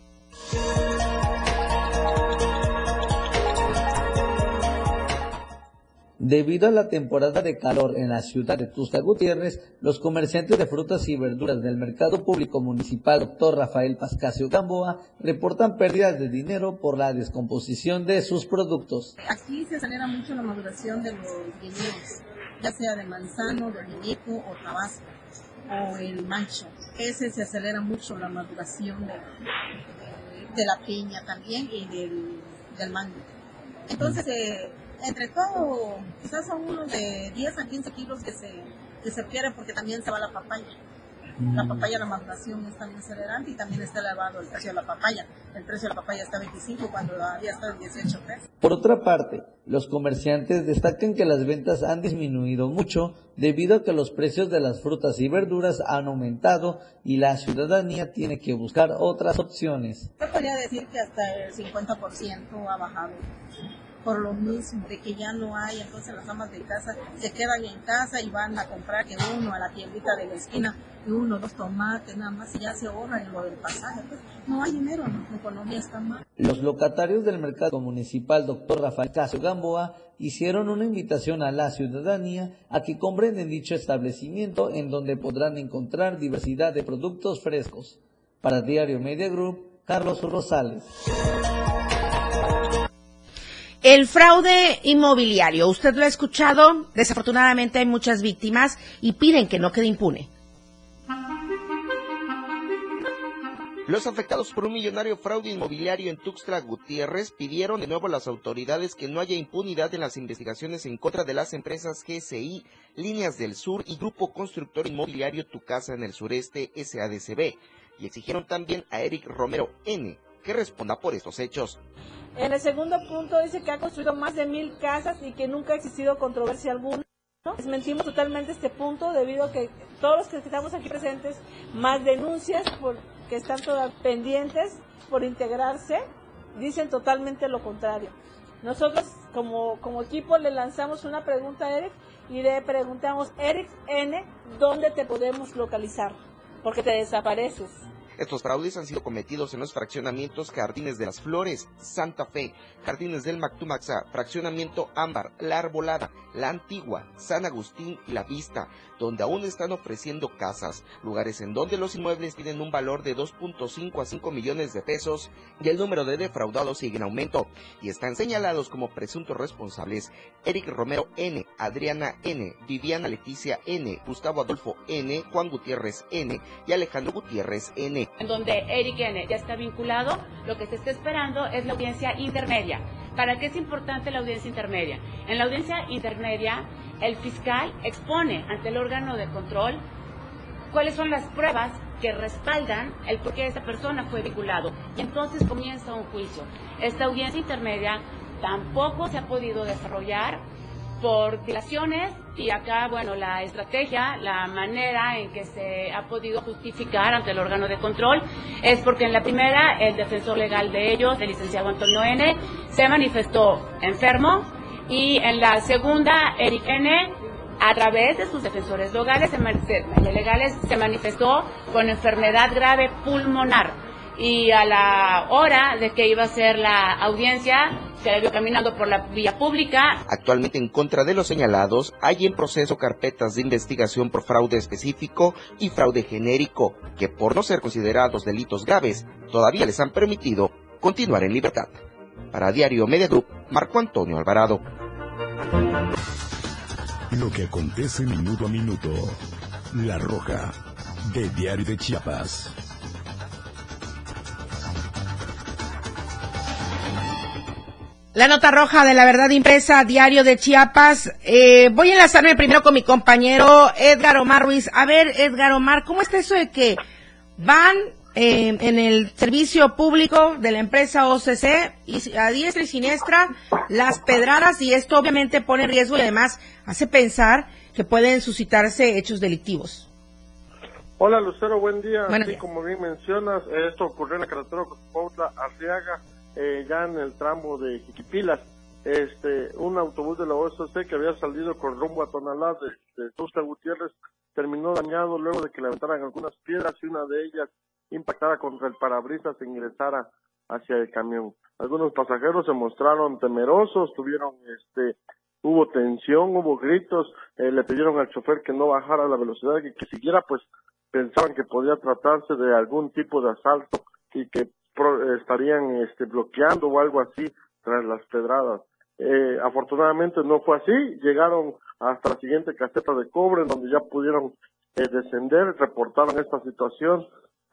Debido a la temporada de calor en la ciudad de Tuxtla Gutiérrez, los comerciantes de frutas y verduras del Mercado Público Municipal Dr. Rafael Pascasio Gamboa reportan pérdidas de dinero por la descomposición de sus productos. Aquí se acelera mucho la maduración de los viñedos, ya sea de manzano, de viñeco o tabasco o el mancho. Ese se acelera mucho la maduración de la piña también y del mango. Entonces, entre todo, quizás son unos de 10 a 15 kilos que se pierden, porque también se va la papaya. La papaya, la maduración es también acelerante, y también está elevado el precio de la papaya. El precio de la papaya está 25 cuando había estado en 18 pesos. Por otra parte, los comerciantes destacan que las ventas han disminuido mucho debido a que los precios de las frutas y verduras han aumentado y la ciudadanía tiene que buscar otras opciones. Yo podría decir que hasta el 50% ha bajado. Por lo mismo, de que ya no hay, entonces las amas de casa se quedan en casa y van a comprar que uno a la tiendita de la esquina, y 1 o 2 tomates nada más, y ya se ahorran lo del pasaje. Pues no hay dinero, la economía está mal. Los locatarios del Mercado Municipal Dr. Rafael Pascasio Gamboa hicieron una invitación a la ciudadanía a que compren en dicho establecimiento, en donde podrán encontrar diversidad de productos frescos. Para Diario Media Group, Carlos Rosales. El fraude inmobiliario, usted lo ha escuchado, desafortunadamente hay muchas víctimas y piden que no quede impune. Los afectados por un millonario fraude inmobiliario en Tuxtla Gutiérrez pidieron de nuevo a las autoridades que no haya impunidad en las investigaciones en contra de las empresas GSI, Líneas del Sur y Grupo Constructor Inmobiliario Tu Casa en el Sureste SADCB, y exigieron también a Eric Romero N. que responda por estos hechos. En el segundo punto dice que ha construido más de 1,000 casas y que nunca ha existido controversia alguna. Desmentimos totalmente este punto debido a que todos los que estamos aquí presentes, más denuncias que están todas pendientes por integrarse, dicen totalmente lo contrario. Nosotros como equipo le lanzamos una pregunta a Eric y le preguntamos, Eric N., ¿dónde te podemos localizar? Porque te desapareces. Estos fraudes han sido cometidos en los fraccionamientos Jardines de las Flores, Santa Fe, Jardines del Mactumaxá, Fraccionamiento Ámbar, La Arbolada, La Antigua, San Agustín y La Vista, donde aún están ofreciendo casas, lugares en donde los inmuebles tienen un valor de 2.5 a 5 millones de pesos y el número de defraudados sigue en aumento, y están señalados como presuntos responsables Eric Romero N., Adriana N., Viviana Leticia N., Gustavo Adolfo N., Juan Gutiérrez N. y Alejandro Gutiérrez N. En donde Eric N. ya está vinculado, lo que se está esperando es la audiencia intermedia. ¿Para qué es importante la audiencia intermedia? En la audiencia intermedia, el fiscal expone ante el órgano de control cuáles son las pruebas que respaldan el por qué esa persona fue vinculado. Y entonces comienza un juicio. Esta audiencia intermedia tampoco se ha podido desarrollar por dilaciones, y acá, bueno, la estrategia, la manera en que se ha podido justificar ante el órgano de control es porque en la primera el defensor legal de ellos, el licenciado Antonio N., se manifestó enfermo, y en la segunda Eric N., a través de sus defensores legales se manifestó con enfermedad grave pulmonar, y a la hora de que iba a ser la audiencia se le vio caminando por la vía pública. Actualmente, en contra de los señalados, hay en proceso carpetas de investigación por fraude específico y fraude genérico, que por no ser considerados delitos graves, todavía les han permitido continuar en libertad. Para Diario Media Group, Marco Antonio Alvarado. Lo que acontece minuto a minuto. La Roja, de Diario de Chiapas. La nota roja de La Verdad Impresa, Diario de Chiapas. Voy a enlazarme primero con mi compañero Edgar Omar Ruiz. A ver, Edgar Omar, ¿cómo está eso de que van en el servicio público de la empresa OCC y a diestra y siniestra las pedradas, y esto obviamente pone en riesgo y además hace pensar que pueden suscitarse hechos delictivos? Hola Lucero, buen día. Buenos sí, días. Como bien mencionas, esto ocurrió en la carretera Cuautla-Arriaga, ya en el tramo de Jiquipilas. Un autobús de la OCC que había salido con rumbo a Tonalá de Tuxtla Gutiérrez terminó dañado luego de que le aventaran algunas piedras y una de ellas impactara contra el parabrisas e ingresara hacia el camión. Algunos pasajeros se mostraron temerosos, hubo tensión, hubo gritos, le pidieron al chofer que no bajara la velocidad y que siguiera, pues pensaban que podía tratarse de algún tipo de asalto y que estarían bloqueando o algo así tras las pedradas. Afortunadamente no fue así, llegaron hasta la siguiente caseta de cobre donde ya pudieron descender, reportaron esta situación.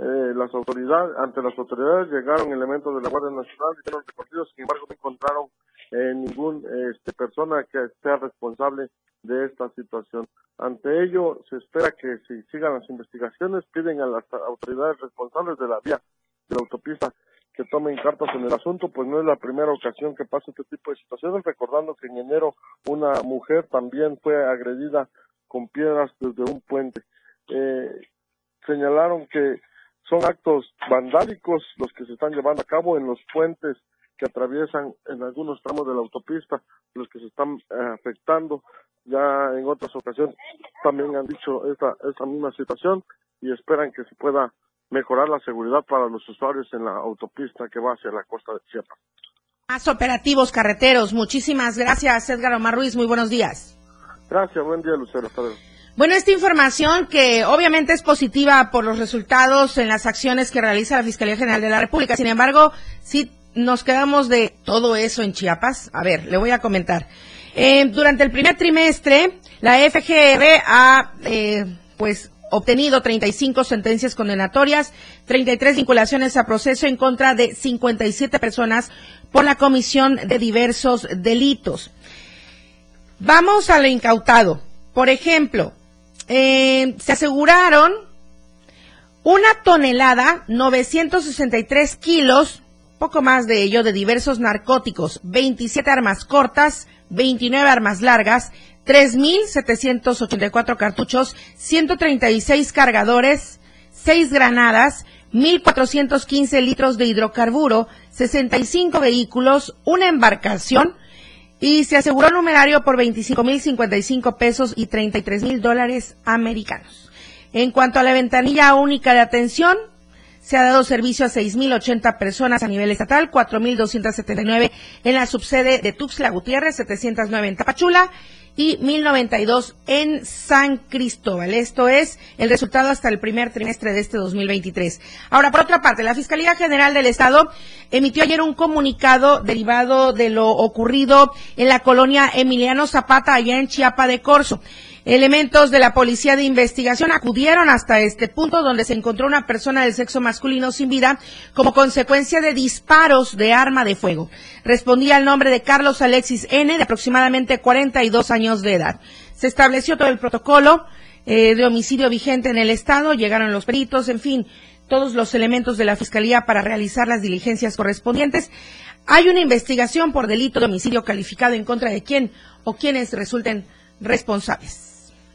Ante las autoridades llegaron elementos de la Guardia Nacional, hicieron recorridos, sin embargo no encontraron ningún persona que sea responsable de esta situación. Ante ello se espera que si sigan las investigaciones, piden a las autoridades responsables de la vía de la autopista que tomen cartas en el asunto, pues no es la primera ocasión que pasa este tipo de situaciones, recordando que en enero una mujer también fue agredida con piedras desde un puente. Señalaron que son actos vandálicos los que se están llevando a cabo en los puentes que atraviesan en algunos tramos de la autopista, los que se están afectando. Ya en otras ocasiones también han dicho esta misma situación y esperan que se pueda mejorar la seguridad para los usuarios en la autopista que va hacia la costa de Chiapas. Más operativos carreteros. Muchísimas gracias, Edgar Omar Ruiz. Muy buenos días. Gracias, buen día, Lucero. Hasta luego. Bueno, esta información que obviamente es positiva por los resultados en las acciones que realiza la Fiscalía General de la República. Sin embargo, sí nos quedamos de todo eso en Chiapas. A ver, le voy a comentar. Durante el primer trimestre, la FGR ha, obtenido 35 sentencias condenatorias, 33 vinculaciones a proceso en contra de 57 personas por la comisión de diversos delitos. Vamos a lo incautado. Por ejemplo, se aseguraron 1,963 kilos, poco más de ello, de diversos narcóticos, 27 armas cortas, 29 armas largas, 3,784 cartuchos, 136 cargadores, 6 granadas, 1,415 litros de hidrocarburo, 65 vehículos, una embarcación, y se aseguró el numerario por 25,055 pesos y $33,000 americanos. En cuanto a la ventanilla única de atención, se ha dado servicio a 6,080 personas a nivel estatal, 4,279 en la subsede de Tuxtla Gutiérrez, 709 en Tapachula y 1,092 en San Cristóbal. Esto es el resultado hasta el primer trimestre de este 2023. Ahora, por otra parte, la Fiscalía General del Estado emitió ayer un comunicado derivado de lo ocurrido en la colonia Emiliano Zapata, allá en Chiapa de Corzo. Elementos de la Policía de Investigación acudieron hasta este punto donde se encontró una persona del sexo masculino sin vida como consecuencia de disparos de arma de fuego. Respondía al nombre de Carlos Alexis N., de aproximadamente 42 años de edad. Se estableció todo el protocolo de homicidio vigente en el estado, llegaron los peritos, en fin, todos los elementos de la Fiscalía para realizar las diligencias correspondientes. Hay una investigación por delito de homicidio calificado en contra de quien o quienes resulten responsables.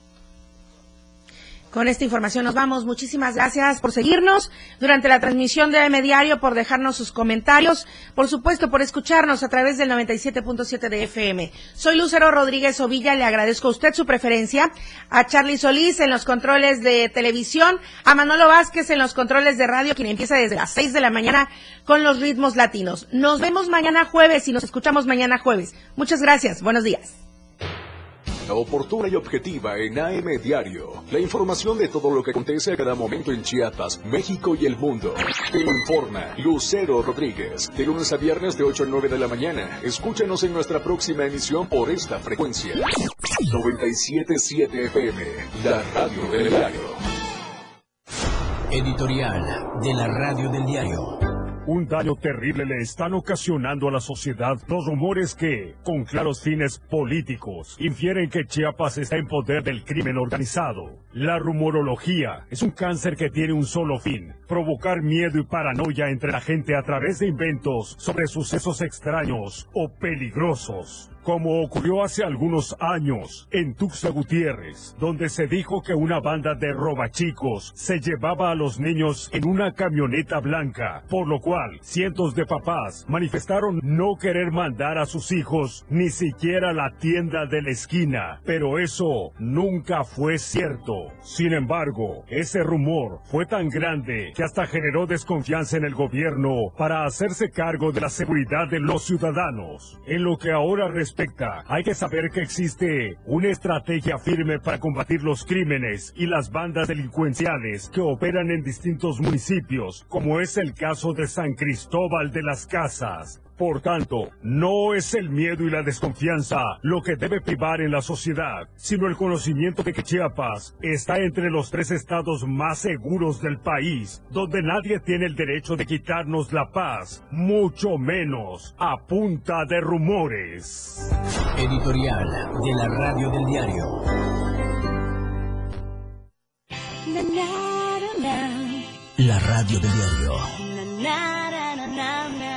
Con esta información nos vamos. Muchísimas gracias por seguirnos durante la transmisión de AM Diario, por dejarnos sus comentarios, por supuesto por escucharnos a través del 97.7 de FM. Soy Lucero Rodríguez Ovilla, le agradezco a usted su preferencia, a Charly Solís en los controles de televisión, a Manolo Vázquez en los controles de radio, quien empieza desde las 6 de la mañana con los ritmos latinos. Nos vemos mañana jueves y nos escuchamos mañana jueves. Muchas gracias, buenos días. Oportuna y objetiva en AM Diario. La información de todo lo que acontece a cada momento en Chiapas, México y el mundo. Te lo informa Lucero Rodríguez. De lunes a viernes de 8 a 9 de la mañana. Escúchanos en nuestra próxima emisión por esta frecuencia. 97.7 FM, la radio del diario. Editorial de la radio del diario. Un daño terrible le están ocasionando a la sociedad los rumores que, con claros fines políticos, infieren que Chiapas está en poder del crimen organizado. La rumorología es un cáncer que tiene un solo fin: provocar miedo y paranoia entre la gente a través de inventos sobre sucesos extraños o peligrosos. Como ocurrió hace algunos años en Tuxtla Gutiérrez, donde se dijo que una banda de robachicos se llevaba a los niños en una camioneta blanca, por lo cual cientos de papás manifestaron no querer mandar a sus hijos ni siquiera a la tienda de la esquina, pero eso nunca fue cierto. Sin embargo, ese rumor fue tan grande que hasta generó desconfianza en el gobierno para hacerse cargo de la seguridad de los ciudadanos. En lo que ahora respecta, hay que saber que existe una estrategia firme para combatir los crímenes y las bandas delincuenciales que operan en distintos municipios, como es el caso de San Cristóbal de las Casas. Por tanto, no es el miedo y la desconfianza lo que debe privar en la sociedad, sino el conocimiento de que Chiapas está entre los 3 estados más seguros del país, donde nadie tiene el derecho de quitarnos la paz, mucho menos a punta de rumores. Editorial de la radio del diario. La radio del diario.